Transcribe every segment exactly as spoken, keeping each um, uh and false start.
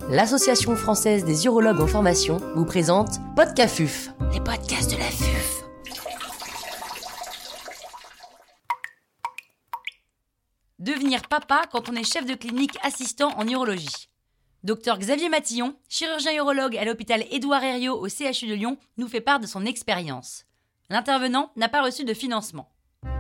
l'Association française des urologues en formation vous présente Podcafuf, les podcasts de la F U F. Devenir papa quand on est chef de clinique assistant en urologie. Docteur Xavier Matillon, chirurgien urologue à l'hôpital Édouard Herriot au C H U de Lyon, nous fait part de son expérience. L'intervenant n'a pas reçu de financement.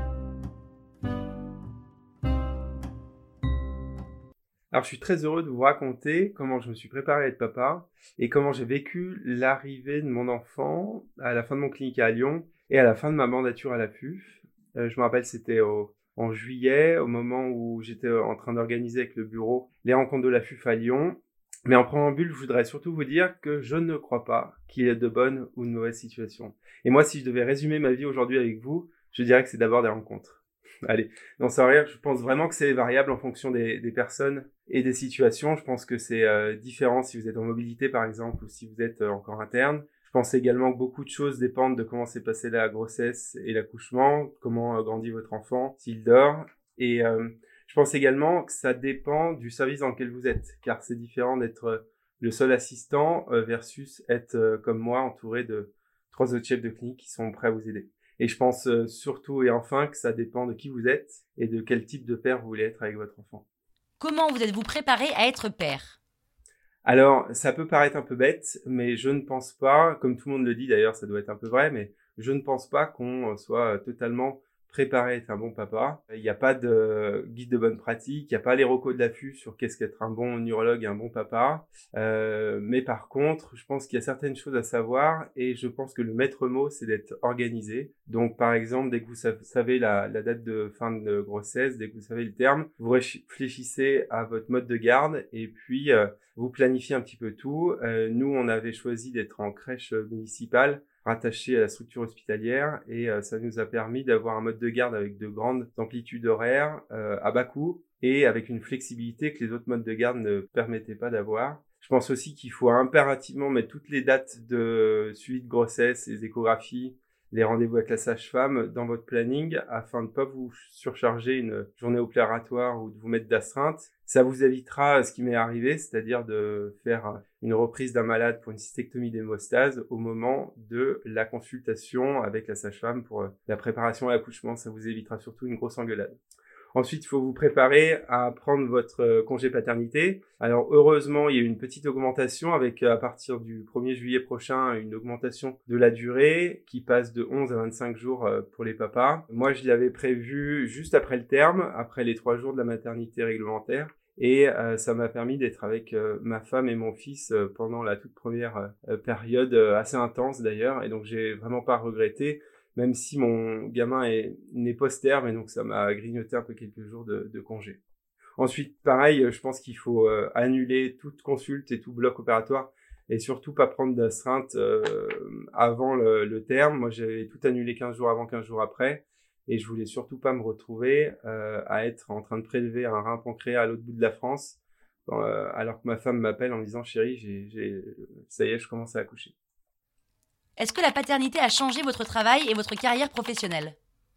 Alors, je suis très heureux de vous raconter comment je me suis préparé à être papa et comment j'ai vécu l'arrivée de mon enfant à la fin de mon clinique à Lyon et à la fin de ma mandature à la F U F. Euh, je me rappelle, c'était au, en juillet, au moment où j'étais en train d'organiser avec le bureau les rencontres de la F U F à Lyon. Mais en préambule, je voudrais surtout vous dire que je ne crois pas qu'il y ait de bonnes ou de mauvaises situations. Et moi, si je devais résumer ma vie aujourd'hui avec vous, je dirais que c'est d'abord des rencontres. Allez, non, sans rire, je pense vraiment que c'est variable en fonction des, des personnes et des situations. Je pense que c'est euh, différent si vous êtes en mobilité, par exemple, ou si vous êtes euh, encore interne. Je pense également que beaucoup de choses dépendent de comment s'est passée la grossesse et l'accouchement, comment euh, grandit votre enfant, s'il dort. Et euh, je pense également que ça dépend du service dans lequel vous êtes, car c'est différent d'être euh, le seul assistant euh, versus être, euh, comme moi, entouré de trois autres chefs de clinique qui sont prêts à vous aider. Et je pense euh, surtout et enfin que ça dépend de qui vous êtes et de quel type de père vous voulez être avec votre enfant. Comment vous êtes-vous préparé à être père ? Alors, ça peut paraître un peu bête, mais je ne pense pas, comme tout le monde le dit d'ailleurs, ça doit être un peu vrai, mais je ne pense pas qu'on soit totalement préparé à être un bon papa. Il n'y a pas de guide de bonne pratique, il n'y a pas les recos de la F U sur qu'est-ce qu'être un bon neurologue et un bon papa. Euh, mais par contre, je pense qu'il y a certaines choses à savoir et je pense que le maître mot, c'est d'être organisé. Donc, par exemple, dès que vous savez la, la date de fin de grossesse, dès que vous savez le terme, vous réfléchissez à votre mode de garde et puis euh, vous planifiez un petit peu tout. Euh, nous, on avait choisi d'être en crèche municipale, rattaché à la structure hospitalière et euh, ça nous a permis d'avoir un mode de garde avec de grandes amplitudes horaires euh, à bas coût et avec une flexibilité que les autres modes de garde ne permettaient pas d'avoir. Je pense aussi qu'il faut impérativement mettre toutes les dates de suivi de grossesse, les échographies, les rendez-vous avec la sage-femme dans votre planning afin de ne pas vous surcharger une journée opératoire ou de vous mettre d'astreinte. Ça vous évitera ce qui m'est arrivé, c'est-à-dire de faire une reprise d'un malade pour une cystectomie d'hémostase au moment de la consultation avec la sage-femme pour la préparation à l'accouchement. Ça vous évitera surtout une grosse engueulade. Ensuite, il faut vous préparer à prendre votre congé paternité. Alors, heureusement, il y a eu une petite augmentation avec, à partir du premier juillet prochain, une augmentation de la durée qui passe de onze à vingt-cinq jours pour les papas. Moi, je l'avais prévu juste après le terme, après les trois jours de la maternité réglementaire. Et euh, ça m'a permis d'être avec euh, ma femme et mon fils euh, pendant la toute première euh, période, euh, assez intense d'ailleurs. Et donc, j'ai vraiment pas regretté. Même si mon gamin est né post-terme et donc ça m'a grignoté un peu quelques jours de, de congé. Ensuite, pareil, je pense qu'il faut euh, annuler toute consulte et tout bloc opératoire et surtout pas prendre d'astreinte euh, avant le, le terme. Moi, j'avais tout annulé quinze jours avant, quinze jours après et je voulais surtout pas me retrouver euh, à être en train de prélever un rein pancréas à l'autre bout de la France euh, alors que ma femme m'appelle en me disant « Chérie, j'ai, j'ai, ça y est, je commence à accoucher ». Est-ce que la paternité a changé votre travail et votre carrière professionnelle ?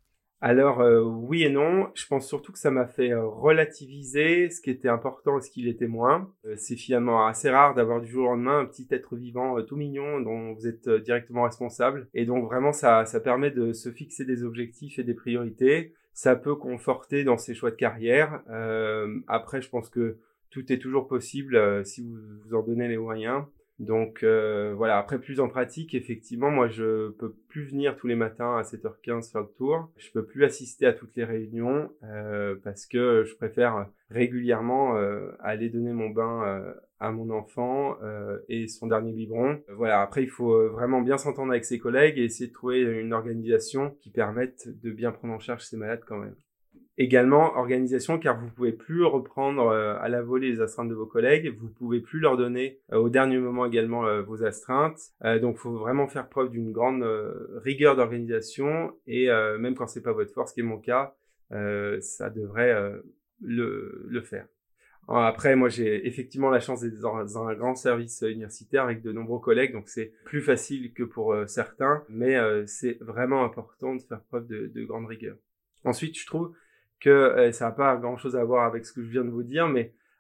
Alors euh, oui et non, je pense surtout que ça m'a fait euh, relativiser ce qui était important et ce qui l'était moins. Euh, c'est finalement assez rare d'avoir du jour au lendemain un petit être vivant euh, tout mignon dont vous êtes euh, directement responsable. Et donc vraiment ça, ça permet de se fixer des objectifs et des priorités. Ça peut conforter dans ses choix de carrière. Euh, après je pense que tout est toujours possible euh, si vous vous en donnez les moyens. Donc euh, voilà, après plus en pratique, effectivement, moi je peux plus venir tous les matins à sept heures quinze faire le tour. Je peux plus assister à toutes les réunions euh, parce que je préfère régulièrement euh, aller donner mon bain euh, à mon enfant euh, et son dernier biberon. Euh, voilà, après il faut vraiment bien s'entendre avec ses collègues et essayer de trouver une organisation qui permette de bien prendre en charge ses malades quand même. Également, organisation, car vous pouvez plus reprendre euh, à la volée les astreintes de vos collègues, vous pouvez plus leur donner euh, au dernier moment également euh, vos astreintes, euh, donc faut vraiment faire preuve d'une grande euh, rigueur d'organisation et euh, même quand c'est pas votre force, qui est mon cas, euh, ça devrait euh, le, le faire. Après, moi, j'ai effectivement la chance d'être dans un grand service universitaire avec de nombreux collègues, donc c'est plus facile que pour euh, certains, mais euh, c'est vraiment important de faire preuve de, de grande rigueur. Ensuite, je trouve que euh, ça n'a pas grand-chose à voir avec ce que je viens de vous dire, mais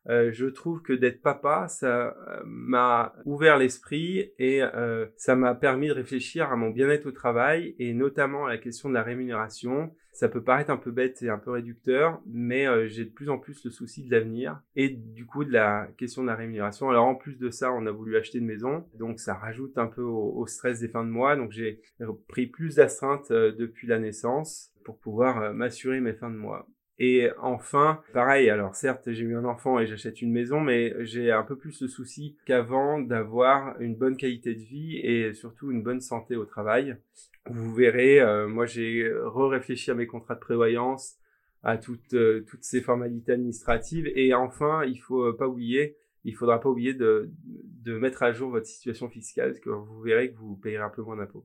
Euh, je trouve que d'être papa, ça euh, m'a ouvert l'esprit et euh, ça m'a permis de réfléchir à mon bien-être au travail et notamment à la question de la rémunération. Ça peut paraître un peu bête et un peu réducteur, mais euh, j'ai de plus en plus le souci de l'avenir et du coup de la question de la rémunération. Alors en plus de ça, on a voulu acheter une maison, donc ça rajoute un peu au, au stress des fins de mois. Donc j'ai pris plus d'astreintes euh, depuis la naissance pour pouvoir euh, m'assurer mes fins de mois. Et enfin, pareil, alors certes, j'ai eu un enfant et j'achète une maison, mais j'ai un peu plus le souci qu'avant d'avoir une bonne qualité de vie et surtout une bonne santé au travail. Vous verrez, euh, moi j'ai re-réfléchi à mes contrats de prévoyance, à toutes, euh, toutes ces formalités administratives. Et enfin, il faut pas oublier, il faudra pas oublier de, de mettre à jour votre situation fiscale, parce que vous verrez que vous payerez un peu moins d'impôts.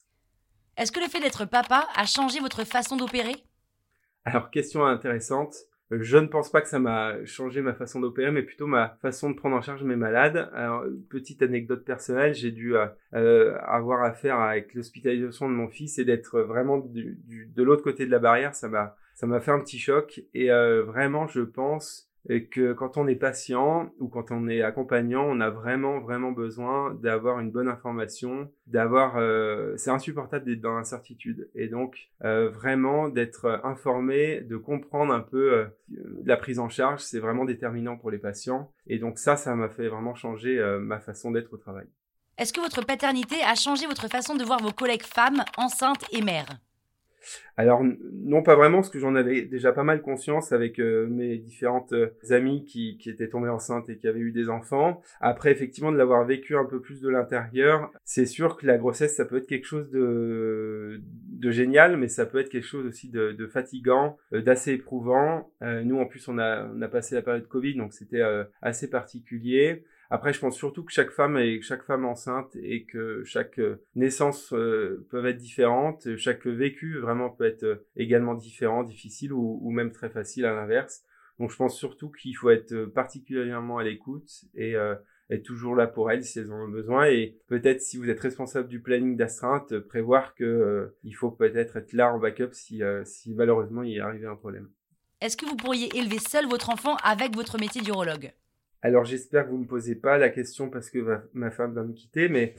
Est-ce que le fait d'être papa a changé votre façon d'opérer ? Alors, question intéressante. Je ne pense pas que ça m'a changé ma façon d'opérer, mais plutôt ma façon de prendre en charge mes malades. Alors, petite anecdote personnelle, j'ai dû euh, avoir affaire avec l'hospitalisation de mon fils et d'être vraiment du, du, de l'autre côté de la barrière. Ça m'a, ça m'a fait un petit choc. Et euh, vraiment, je pense que quand on est patient ou quand on est accompagnant, on a vraiment, vraiment besoin d'avoir une bonne information, d'avoir... Euh, c'est insupportable d'être dans l'incertitude. Et donc, euh, vraiment, d'être informé, de comprendre un peu euh, la prise en charge, c'est vraiment déterminant pour les patients. Et donc ça, ça m'a fait vraiment changer euh, ma façon d'être au travail. Est-ce que votre paternité a changé votre façon de voir vos collègues femmes, enceintes et mères ? Alors non, pas vraiment, parce que j'en avais déjà pas mal conscience avec euh, mes différentes euh, amies qui, qui étaient tombées enceintes et qui avaient eu des enfants. Après, effectivement, de l'avoir vécu un peu plus de l'intérieur, c'est sûr que la grossesse, ça peut être quelque chose de, de génial, mais ça peut être quelque chose aussi de, de fatigant, euh, d'assez éprouvant. Euh, nous, en plus, on a, on a passé la période Covid, donc c'était euh, assez particulier. Après, je pense surtout que chaque femme est chaque femme enceinte et que chaque naissance euh, peut être différente, chaque vécu vraiment peut être également différent, difficile ou, ou même très facile à l'inverse. Donc, je pense surtout qu'il faut être particulièrement à l'écoute et euh, être toujours là pour elles si elles en ont besoin. Et peut-être si vous êtes responsable du planning d'astreinte, prévoir que euh, il faut peut-être être là en backup si, euh, si malheureusement il est arrivé un problème. Est-ce que vous pourriez élever seul votre enfant avec votre métier d'urologue ? Alors j'espère que vous ne me posez pas la question parce que ma, ma femme va me quitter, mais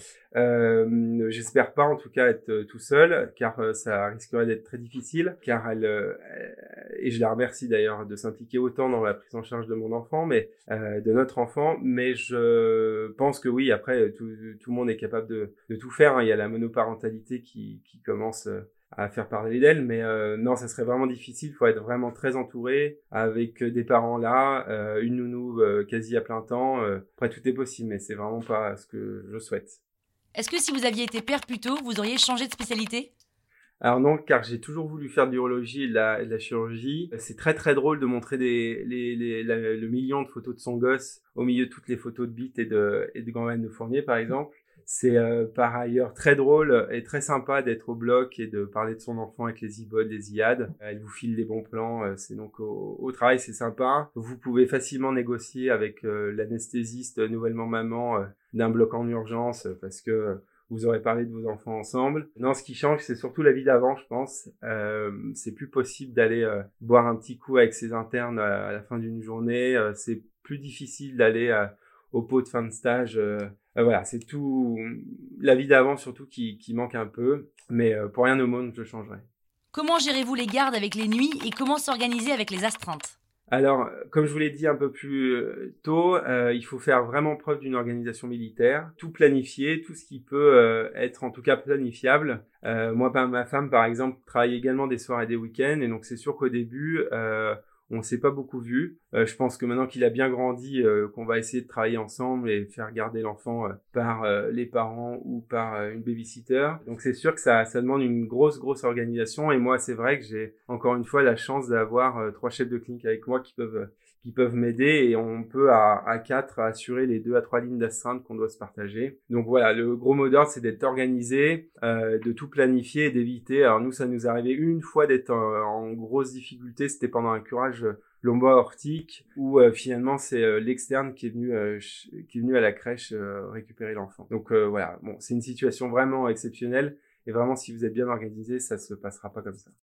euh, j'espère pas en tout cas être euh, tout seul, car euh, ça risquerait d'être très difficile, car elle, euh, et je la remercie d'ailleurs de s'impliquer autant dans la prise en charge de mon enfant, mais euh, de notre enfant, mais je pense que oui, après tout, tout le monde est capable de, de tout faire, hein. Il y a la monoparentalité qui, qui commence... Euh, à faire parler d'elle, mais euh, non, ça serait vraiment difficile. Il faut être vraiment très entouré, avec des parents là, euh, une nounou euh, quasi à plein temps. Euh, après, tout est possible, mais c'est vraiment pas ce que je souhaite. Est-ce que si vous aviez été père plus tôt, vous auriez changé de spécialité ? Alors non, car j'ai toujours voulu faire de l'urologie et de la, et de la chirurgie. C'est très très drôle de montrer des, les, les, la, le million de photos de son gosse au milieu de toutes les photos de bites et de, et de gangrènes de Fournier, par exemple. C'est euh, par ailleurs très drôle et très sympa d'être au bloc et de parler de son enfant avec les ibodes, les iades. Elle vous file des bons plans, euh, c'est donc au, au travail, c'est sympa. Vous pouvez facilement négocier avec euh, l'anesthésiste nouvellement maman euh, d'un bloc en urgence euh, parce que euh, vous aurez parlé de vos enfants ensemble. Non, ce qui change, c'est surtout la vie d'avant, je pense. Euh, c'est plus possible d'aller euh, boire un petit coup avec ses internes à, à la fin d'une journée. Euh, c'est plus difficile d'aller euh, au pot de fin de stage. Euh, Euh, voilà, c'est tout la vie d'avant surtout qui, qui manque un peu, mais euh, pour rien au monde je changerai. Comment gérez-vous les gardes avec les nuits et comment s'organiser avec les astreintes ? Alors, comme je vous l'ai dit un peu plus tôt, euh, il faut faire vraiment preuve d'une organisation militaire, tout planifier, tout ce qui peut euh, être en tout cas planifiable. Euh, moi, ma femme, par exemple, travaille également des soirs et des week-ends, et donc c'est sûr qu'au début, euh, on s'est pas beaucoup vu. Euh, je pense que maintenant qu'il a bien grandi, euh, qu'on va essayer de travailler ensemble et faire garder l'enfant euh, par euh, les parents ou par euh, une babysitter. Donc c'est sûr que ça, ça demande une grosse, grosse organisation. Et moi, c'est vrai que j'ai encore une fois la chance d'avoir euh, trois chefs de clinique avec moi qui peuvent qui peuvent m'aider et on peut à, à quatre assurer les deux à trois lignes d'astreinte qu'on doit se partager. Donc voilà, le gros mot d'ordre, c'est d'être organisé, euh, de tout planifier et d'éviter. Alors nous, ça nous est arrivé une fois d'être en, en grosse difficulté, c'était pendant un curage lombo-aortique où euh, finalement c'est euh, l'externe qui est venu euh, ch- qui est venu à la crèche euh, récupérer l'enfant. Donc euh, voilà, bon, c'est une situation vraiment exceptionnelle et vraiment si vous êtes bien organisé, ça se passera pas comme ça.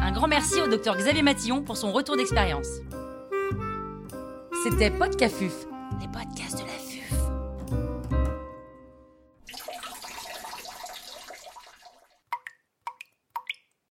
Un grand merci au docteur Xavier Matillon pour son retour d'expérience. C'était Podcafuf, les podcasts de la vie.